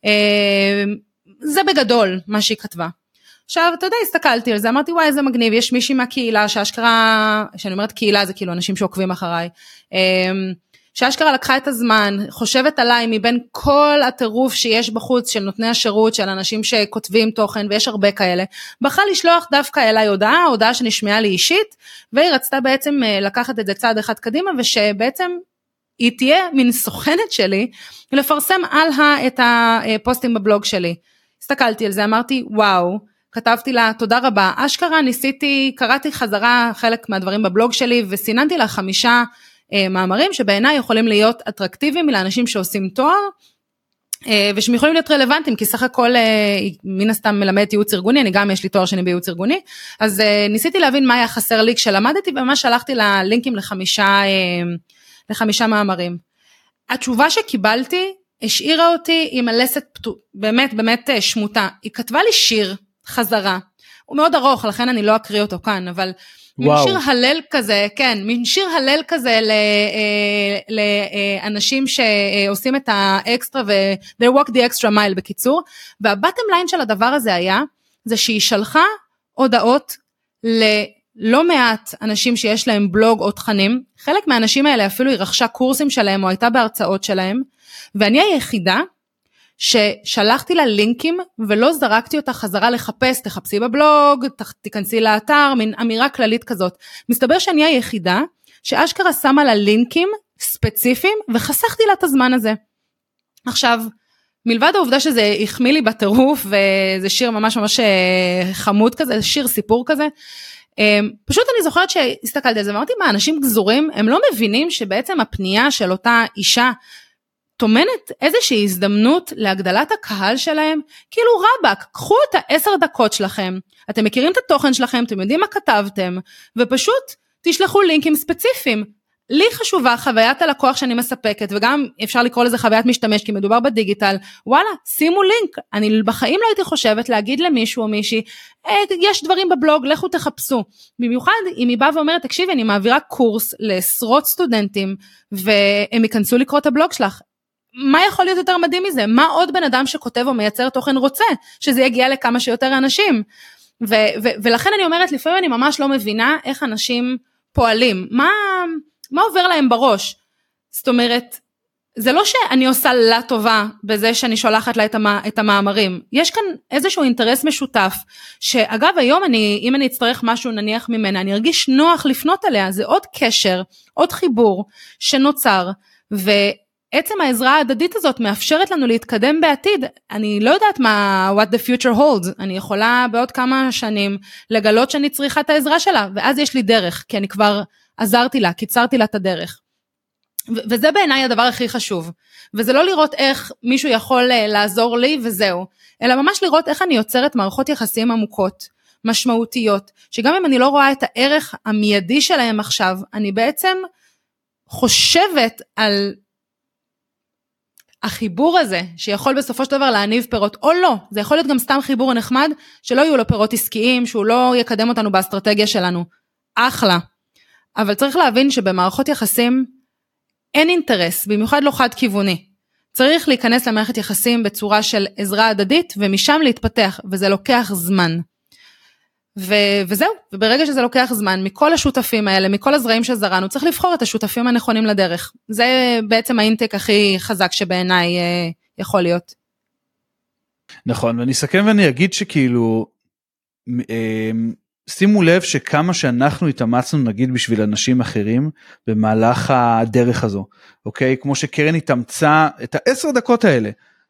זה בגדול מה שהיא כתבה. עכשיו, אתה יודע, הסתכלתי על זה, אמרתי, וואי, זה מגניב, יש מישהי מהקהילה, שאשכרה, שאני אומרת קהילה, זה כאילו אנשים שעוקבים אחריי, שאשכרה לקחה את הזמן, חושבת עליי מבין כל הטירוף שיש בחוץ, של נותני השירות, של אנשים שכותבים תוכן, ויש הרבה כאלה, בחרה לשלוח דווקא אליי הודעה שנשמעה לי אישית, והיא רצתה בעצם לקחת את זה צעד אחד קדימה, ושבעצם היא תהיה מין סוכנת שלי, לפרסם עליה את הפוסטים בבלוג שלי. הסתכלתי על זה, אמרתי, וואו, כתבתי לה, תודה רבה, אשכרה קראתי חזרה חלק מהדברים בבלוג שלי, וסיננתי לה 5 מאמרים, שבעיניי יכולים להיות אטרקטיביים, לאנשים שעושים תואר, ושהם יכולים להיות רלוונטיים, כי סך הכל, מן הסתם מלמדת ייעוץ ארגוני, אני גם יש לי תואר שני בייעוץ ארגוני, אז ניסיתי להבין מה היה חסר לי כשלמדתי, וממש שלחתי לה לינקים ל5 מאמרים. התשובה שקיבלתי, השאירה אותי עם הלסת באמת שמוטה, היא כתבה לי שיר, חזרה, הוא מאוד ארוך, לכן אני לא אקריא אותו כאן, אבל מין שיר הלל כזה, כן, מין שיר הלל כזה לאנשים שעושים את האקסטרה, they walk the extra mile בקיצור, והבטם ליין של הדבר הזה היה, זה שהיא שלחה הודעות ללא מעט אנשים שיש להם בלוג או תכנים, חלק מהאנשים האלה אפילו היא רכשה קורסים שלהם, או הייתה בהרצאות שלהם, ואני היחידה, ששלחתי לה לינקים, ולא זרקתי אותה חזרה לחפש, תחפשי בבלוג, תיכנסי לאתר, מין אמירה כללית כזאת. מסתבר שאני היחידה, שאשכרה שמה לה לינקים ספציפיים, וחסכתי לה את הזמן הזה. עכשיו, מלבד העובדה שזה החמיא לי בטירוף, וזה שיר ממש ממש חמוד כזה, שיר סיפור כזה, פשוט אני זוכרת שהסתכלתי על זה, ואמרתי, מה, אנשים גזורים, הם לא מבינים שבעצם הפנייה של אותה אישה, תומנת איזושהי הזדמנות להגדלת הקהל שלהם, כאילו רבק, קחו את 10 דקות שלכם, אתם מכירים את התוכן שלכם, אתם יודעים מה כתבתם, ופשוט תשלחו לינקים ספציפיים, לי חשובה חוויית הלקוח שאני מספקת, וגם אפשר לקרוא לזה חוויית משתמש, כי מדובר בדיגיטל, וואלה, שימו לינק, אני בחיים לא הייתי חושבת להגיד למישהו או מישהי, יש דברים בבלוג, לכו תחפשו, במיוחד אם היא באה ואומרת, תקשיבי, אני מעבירה קורס לעשרות סטודנטים, והם ייכנסו לקרוא את הבלוג שלך, מה יכול להיות יותר מדהים מזה? מה עוד בן אדם שכותב או מייצר תוכן רוצה? שזה יגיע לכמה שיותר אנשים. ולכן אני אומרת, לפעמים אני ממש לא מבינה איך אנשים פועלים. מה עובר להם בראש? זאת אומרת, זה לא שאני עושה לה טובה בזה שאני שולחת לה את המאמרים. יש כאן איזשהו אינטרס משותף, שאגב היום אם אני אצטרך משהו נניח ממנה, אני ארגיש נוח לפנות עליה, זה עוד קשר, עוד חיבור שנוצר, עצם העזרה ההדדית הזאת מאפשרת לנו להתקדם בעתיד, אני לא יודעת what the future holds, אני יכולה בעוד כמה שנים לגלות שאני צריכה את העזרה שלה, ואז יש לי דרך, כי אני כבר עזרתי לה, קיצרתי לה את הדרך. וזה בעיניי הדבר הכי חשוב, וזה לא לראות איך מישהו יכול לעזור לי וזהו, אלא ממש לראות איך אני יוצרת מערכות יחסים עמוקות, משמעותיות, שגם אם אני לא רואה את הערך המיידי שלהם עכשיו, אני בעצם חושבת על החיבור הזה, שיכול בסופו של דבר להניב פירות, או לא, זה יכול להיות גם סתם חיבור נחמד, שלא יהיו לו פירות עסקיים, שהוא לא יקדם אותנו באסטרטגיה שלנו, אחלה, אבל צריך להבין שבמערכות יחסים, אין אינטרס, במיוחד לא חד כיווני, צריך להיכנס למערכת יחסים בצורה של עזרה הדדית, ומשם להתפתח, וזה לוקח זמן, וזהו, וברגע שזה לוקח זמן, מכל השותפים האלה, מכל הזרעים שזרענו, צריך לבחור את השותפים הנכונים לדרך. זה בעצם האינטק הכי חזק שבעיניי יכול להיות. נכון, ואני אסכם ואני אגיד שכאילו, שימו לב שכמה שאנחנו התאמצנו נגיד בשביל אנשים אחרים, במהלך הדרך הזו, אוקיי? כמו שקרן התאמצה את 10 דקות האלה,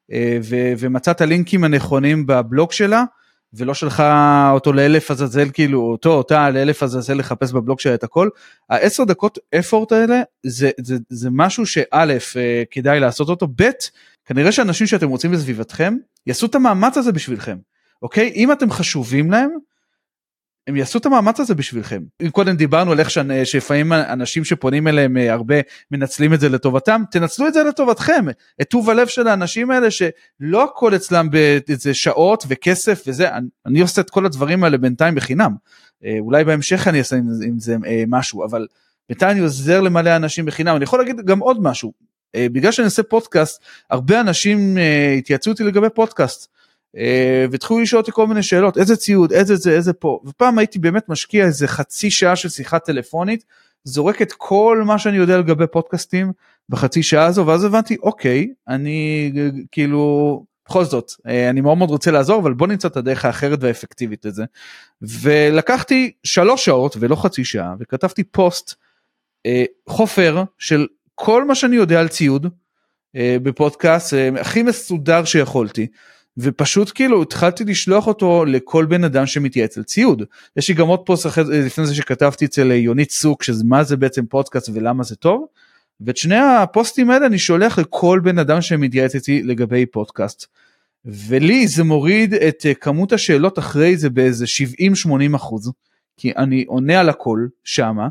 ומצאת הלינקים הנכונים בבלוג שלה, ולא שלחה אותו לאלף עזאזל, כאילו אותה לאלף עזאזל לחפש בבלוג שלה את הכל, 10 דקות אפורט האלה, זה משהו שא' כדאי לעשות אותו, ב' כנראה שאנשים שאתם רוצים בסביבתכם, יעשו את המאמץ הזה בשבילכם, אוקיי? אם אתם חשובים להם, הם יעשו את המאמץ הזה בשבילכם. אם קודם דיברנו על איך שלפעמים אנשים שפונים אליהם הרבה מנצלים את זה לטובתם, תנצלו את זה לטובתכם, את טוב הלב של האנשים האלה שלא הכל אצלם באיזה שעות וכסף וזה, אני עושה את כל הדברים האלה בינתיים בחינם, אולי בהמשך אני אעשה עם זה משהו, אבל בינתיים אני עוזר למלא אנשים בחינם. אני יכול להגיד גם עוד משהו, בגלל שאני עושה פודקאסט, הרבה אנשים התייעצו אותי לגבי פודקאסט, והתחילו לשאול אותי כל מיני שאלות, איזה ציוד, איזה זה, איזה פה, ופעם הייתי באמת משקיע איזה חצי שעה של שיחה טלפונית, זורק את כל מה שאני יודע לגבי פודקאסטים, בחצי שעה הזו, ואז הבנתי, אוקיי, אני כאילו, בכל זאת, אני מאוד מאוד רוצה לעזור, אבל בוא נמצא את הדרך האחרת והאפקטיבית לזה, ולקחתי 3 שעות, ולא חצי שעה, וכתבתי פוסט, חופר, של כל מה שאני יודע על ציוד, בפודקאסט, הכי מסודר שיכולתי, ופשוט כאילו התחלתי לשלוח אותו לכל בן אדם שמתייעץ על ציוד. יש לי גם עוד פוסט לפני זה שכתבתי אצל יונית סוק, שמה זה בעצם פודקאסט ולמה זה טוב, ואת שני הפוסטים האלה אני שולח לכל בן אדם שמתייעץ איתי לגבי פודקאסט, ולי זה מוריד את כמות השאלות אחרי זה באיזה 70-80%, כי אני עונה על הכל שמה,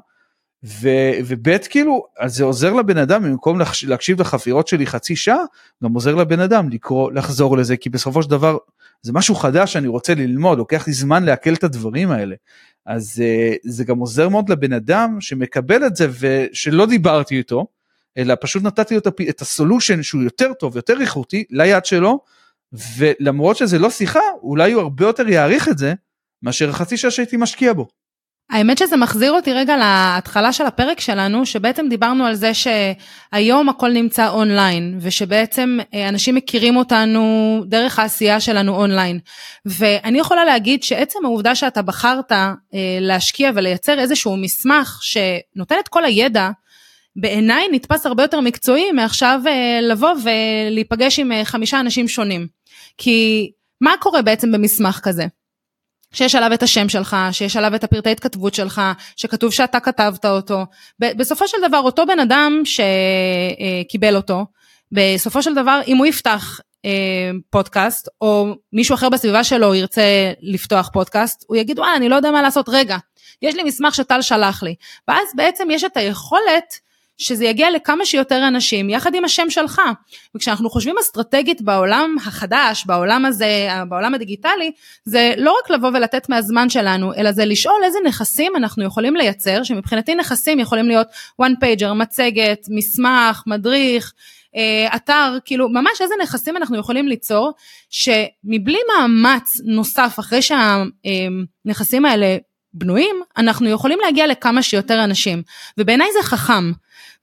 ובית כאילו, אז זה עוזר לבן אדם, במקום להקשיב לחפירות שלי חצי שעה, גם עוזר לבן אדם לקרוא, לחזור לזה, כי בסופו של דבר, זה משהו חדש שאני רוצה ללמוד, לוקח לי זמן להקל את הדברים האלה, אז זה גם עוזר מאוד לבן אדם, שמקבל את זה, ושלא דיברתי איתו, אלא פשוט נתתי לו את הסולושן, שהוא יותר טוב, יותר איכותי, ליד שלו, ולמרות שזה לא שיחה, אולי הוא הרבה יותר יעריך את זה, מאשר החצי שעה שהייתי משקיע בו. האמת שזה מחזיר אותי רגע להתחלה של הפרק שלנו, שבעצם דיברנו על זה שהיום הכל נמצא אונליין, ושבעצם אנשים מכירים אותנו דרך העשייה שלנו אונליין, ואני יכולה להגיד שעצם העובדה שאתה בחרת להשקיע ולייצר איזשהו מסמך שנותן את כל הידע, בעיניי נתפס הרבה יותר מקצועי מעכשיו לבוא ולהיפגש עם 5 אנשים שונים, כי מה קורה בעצם במסמך כזה? שיש עליו את השם שלך, שיש עליו את הפרטי התכתבות שלך, שכתוב שאתה כתבת אותו, בסופו של דבר אותו בן אדם שקיבל אותו, בסופו של דבר אם הוא יפתח פודקאסט, או מישהו אחר בסביבה שלו ירצה לפתוח פודקאסט, הוא יגיד אני לא יודע מה לעשות, רגע, יש לי מסמך שטל שלח לי, ואז בעצם יש את היכולת, שזה יגיע לכמה שיותר אנשים, יחד עם השם שלך, וכשאנחנו חושבים אסטרטגית בעולם החדש, בעולם הזה, בעולם הדיגיטלי, זה לא רק לבוא ולתת מהזמן שלנו, אלא זה לשאול איזה נכסים אנחנו יכולים לייצר, שמבחינתי נכסים יכולים להיות one pager, מצגת, מסמך, מדריך, אתר, כאילו ממש איזה נכסים אנחנו יכולים ליצור, שמבלי מאמץ נוסף, אחרי שהנכסים האלה בנויים, אנחנו יכולים להגיע לכמה שיותר אנשים, ובעיניי זה חכם,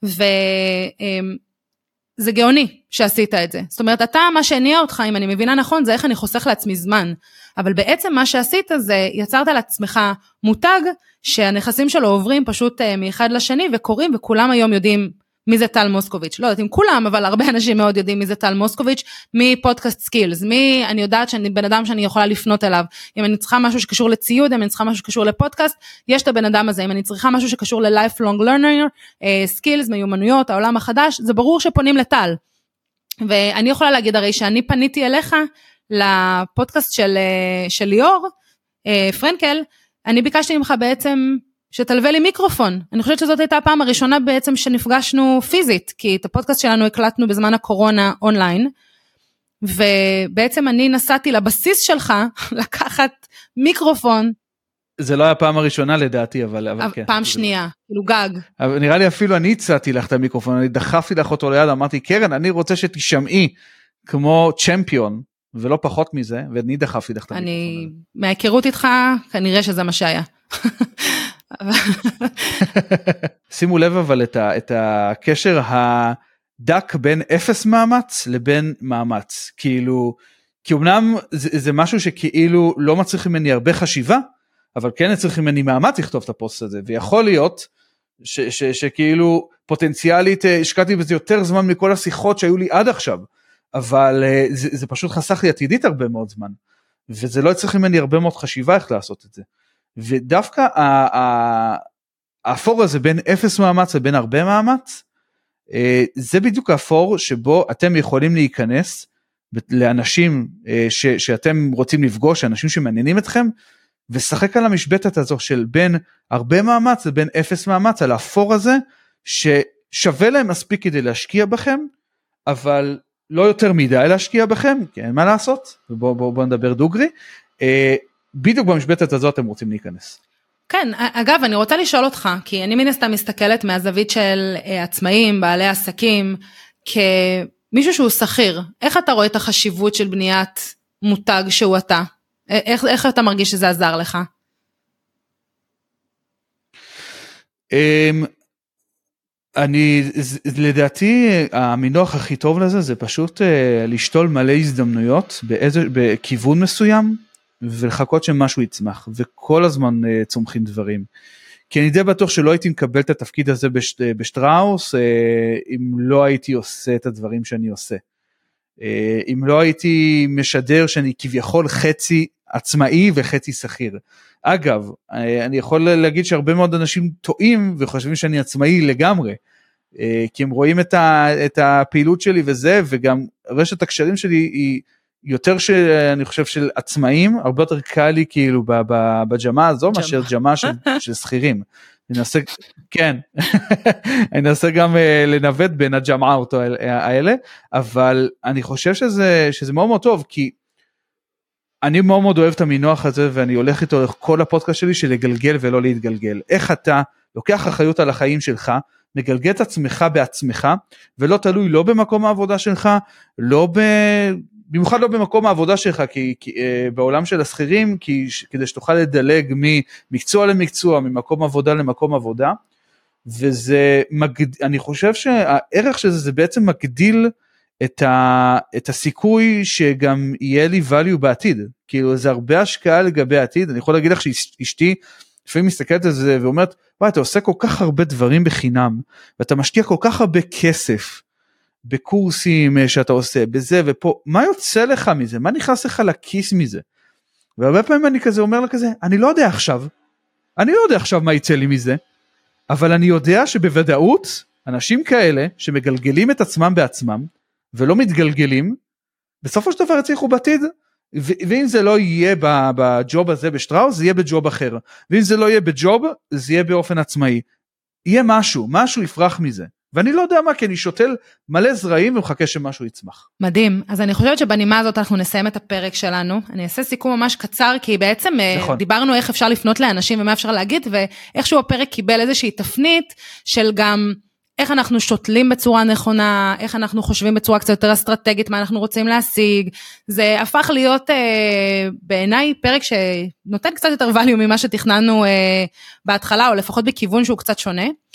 וזה גאוני שעשית את זה, זאת אומרת, אתה מה שהניע אותך, אם אני מבינה נכון, זה איך אני חוסך לעצמי זמן, אבל בעצם מה שעשית זה, יצרת לעצמך מותג, שהנכסים שלו עוברים פשוט מאחד לשני, וקוראים, וכולם היום יודעים מי זה טל מוסקוביץ', לא יודעת אם כולם, אבל הרבה אנשים מאוד יודעים מי זה טל מוסקוביץ', מפודקאסט סקילס, אני יודעת שאני בן אדם שאני יכולה לפנות אליו, אם אני צריכה משהו שקשור לציוד, אם אני צריכה משהו שקשור לפודקאסט, יש את הבן אדם הזה, אם אני צריכה משהו שקשור ל-lifelong learner, סקילס, מיומנויות, העולם החדש, זה ברור שפונים לטל, ואני יכולה להגיד הרי שאני פניתי אליך, לפודקאסט של ליאור, פרנקל, אני ביקשתי ממך בעצם, שתלווה לי מיקרופון, אני חושבת שזאת הייתה הפעם הראשונה בעצם שנפגשנו פיזית, כי את הפודקאסט שלנו הקלטנו בזמן הקורונה אונליין, ובעצם אני נסעתי לבסיס שלך, לקחת מיקרופון. זה לא היה הפעם הראשונה לדעתי, אבל כן. פעם שנייה, כאילו גג. אבל נראה לי אפילו אני הצעתי לך את המיקרופון, אני דחפתי לך אותו ליד, אמרתי, קרן, אני רוצה שתשמעי כמו צ'מפיון, ולא פחות מזה, ואני דחפתי לך את המיקרופון. מההיכרות איתך, כנראה שזה מה שהיה. שימו לב אבל את הקשר הדק בין אפס מאמץ לבין מאמץ, כאילו, כי אמנם זה משהו שכאילו לא מצריך ממני הרבה חשיבה, אבל כן צריך ממני מאמץ לכתוב את הפוסט הזה, ויכול להיות שכאילו פוטנציאלית השקעתי בזה יותר זמן מכל השיחות שהיו לי עד עכשיו, אבל זה פשוט חסך לי עתידית הרבה מאוד זמן, וזה לא צריך ממני הרבה מאוד חשיבה איך לעשות את זה. ודווקא האפור הזה בין אפס מאמץ לבין הרבה מאמץ, זה בדיוק האפור שבו אתם יכולים להיכנס לאנשים שאתם רוצים לפגוש, אנשים שמעניינים אתכם, ושחק על המשבטת הזו של בין הרבה מאמץ לבין אפס מאמץ, על האפור הזה ששווה להם מספיק כדי להשקיע בכם, אבל לא יותר מדי להשקיע בכם, כי אין מה לעשות, ובואו נדבר דוגרי, בדיוק במשבטת הזאת אתם רוצים להיכנס. כן, אגב, אני רוצה לשאול אותך, כי אני מן הסתם מסתכלת מהזווית של עצמאים, בעלי עסקים, כמישהו שהוא שכיר, איך אתה רואה את החשיבות של בניית מותג שהוא אתה? איך אתה מרגיש שזה עזר לך? לדעתי המינוח הכי טוב לזה זה פשוט לשתול מלא הזדמנויות בכיוון מסוים, ולחכות שמשהו יצמח, וכל הזמן צומחים דברים. כי אני די בטוח שלא הייתי מקבל את התפקיד הזה בשטראוס, אם לא הייתי עושה את הדברים שאני עושה. אם לא הייתי משדר שאני כביכול חצי עצמאי וחצי שכיר. אגב, אני יכול להגיד שהרבה מאוד אנשים טועים וחושבים שאני עצמאי לגמרי, כי הם רואים את הפעילות שלי וזה, וגם רשת הקשרים שלי היא יותר שאני חושב של עצמאים, הרבה יותר קל לי כאילו בג'מה הזו, מאשר ג'מה של שכירים. כן, אני אנסה גם לנווט בין הג'מאות האלה, אבל אני חושב שזה מאוד מאוד טוב, כי אני מאוד מאוד אוהב את המינוח הזה, ואני הולך איתו לכל הפודקאסט שלי, של לגלגל ולא להתגלגל. איך אתה לוקח אחריות על החיים שלך, מגלגל את עצמך בעצמך, ולא תלוי לא במקום העבודה שלך, במיוחד לא במקום העבודה שלך, כי בעולם של השכירים, כדי שתוכל לדלג ממקצוע למקצוע, ממקום עבודה למקום עבודה, אני חושב שהערך של זה בעצם מגדיל את הסיכוי שגם יהיה לי value בעתיד, כאילו זה הרבה השקעה לגבי העתיד. אני יכול להגיד לך שאשתי לפעמים מסתכלת על זה ואומרת, וואי, אתה עושה כל כך הרבה דברים בחינם, ואתה משקיע כל כך הרבה כסף, בקורסים שאתה עושה, בזה ופה, מה יוצא לך מזה? מה נכנס לך לכיס מזה? והרבה פעמים אני כזה אומר לה כזה, אני לא יודע עכשיו מה יצא לי מזה, אבל אני יודע שבוודאות, אנשים כאלה שמגלגלים את עצמם בעצמם, ולא מתגלגלים, בסופו של דבר יצליחו בעתיד, ואם זה לא יהיה בג'וב הזה בשטראוס, זה יהיה בג'וב אחר, ואם זה לא יהיה בג'וב, זה יהיה באופן עצמאי, יהיה משהו יפרח מזה, ואני לא יודע מה, כי אני שותל מלא זרעים ומחכה שמשהו יצמח. מדהים, אז אני חושבת שבנימה הזאת אנחנו נסיים את הפרק שלנו, אני אעשה סיכום ממש קצר, כי בעצם נכון. דיברנו איך אפשר לפנות לאנשים ומה אפשר להגיד, ואיכשהו הפרק קיבל איזושהי תפנית של גם איך אנחנו שותלים בצורה נכונה, איך אנחנו חושבים בצורה קצת יותר אסטרטגית, מה אנחנו רוצים להשיג, זה הפך להיות בעיניי פרק שנותן קצת יותר value ממה שתכננו בהתחלה, או לפחות בכיוון שהוא קצת שונה.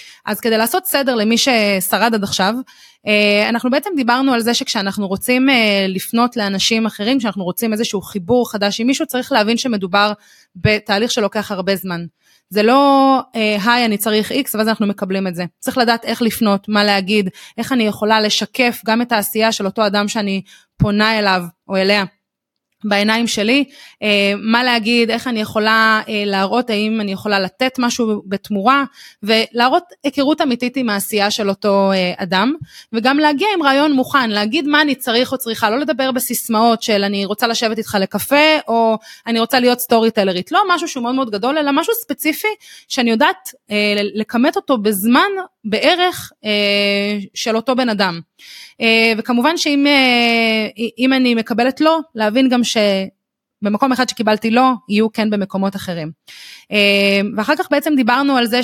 אז כדי לעשות סדר למי ששרד עד עכשיו, אנחנו בעצם דיברנו על זה שכשאנחנו רוצים לפנות לאנשים אחרים, כשאנחנו רוצים איזשהו חיבור חדש עם מישהו, צריך להבין שמדובר בתהליך שלוקח הרבה זמן. זה לא, היי, אני צריך X, ואז אנחנו מקבלים את זה. צריך לדעת איך לפנות, מה להגיד, איך אני יכולה לשקף גם את העשייה של אותו אדם שאני פונה אליו או אליה. בעיניים שלי, מה להגיד, איך אני יכולה להראות, האם אני יכולה לתת משהו בתמורה, ולהראות היכרות אמיתית עם העשייה של אותו אדם, וגם להגיע עם רעיון מוכן, להגיד מה אני צריך או צריכה, לא לדבר בסיסמאות של אני רוצה לשבת איתך לקפה, או אני רוצה להיות סטורי טלרית, לא משהו שהוא מאוד מאוד גדול, אלא משהו ספציפי, שאני יודעת לכמת אותו בזמן בערך של אותו בן אדם. וכמובן שאם אני מקבלת לא, להבין גם שבמקום אחד שקיבלתי לא, יהיו כן במקומות אחרים. ואחר כך בעצם דיברנו על זה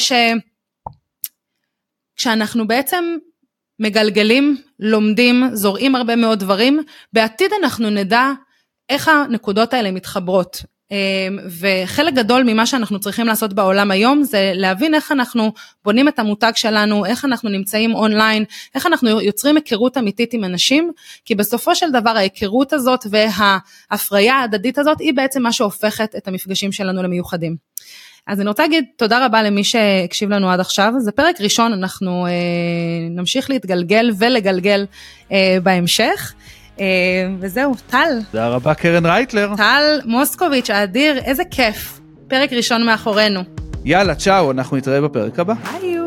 כשאנחנו בעצם מגלגלים, לומדים, זורעים הרבה מאוד דברים, בעתיד אנחנו נדע איך הנקודות האלה מתחברות. וחלק גדול ממה שאנחנו צריכים לעשות בעולם היום, זה להבין איך אנחנו בונים את המותג שלנו, איך אנחנו נמצאים אונליין, איך אנחנו יוצרים היכרות אמיתית עם אנשים, כי בסופו של דבר ההיכרות הזאת וההפריה ההדדית הזאת, היא בעצם מה שהופכת את המפגשים שלנו למיוחדים. אז אני רוצה להגיד תודה רבה למי שהקשיב לנו עד עכשיו, זה פרק ראשון, אנחנו נמשיך להתגלגל ולגלגל בהמשך, וזהו, טל. תודה רבה קרן רייטלר. טל מוסקוביץ' האדיר, איזה כיף. פרק ראשון מאחורינו. יאללה, צ'או, אנחנו נתראה בפרק הבא. ביי.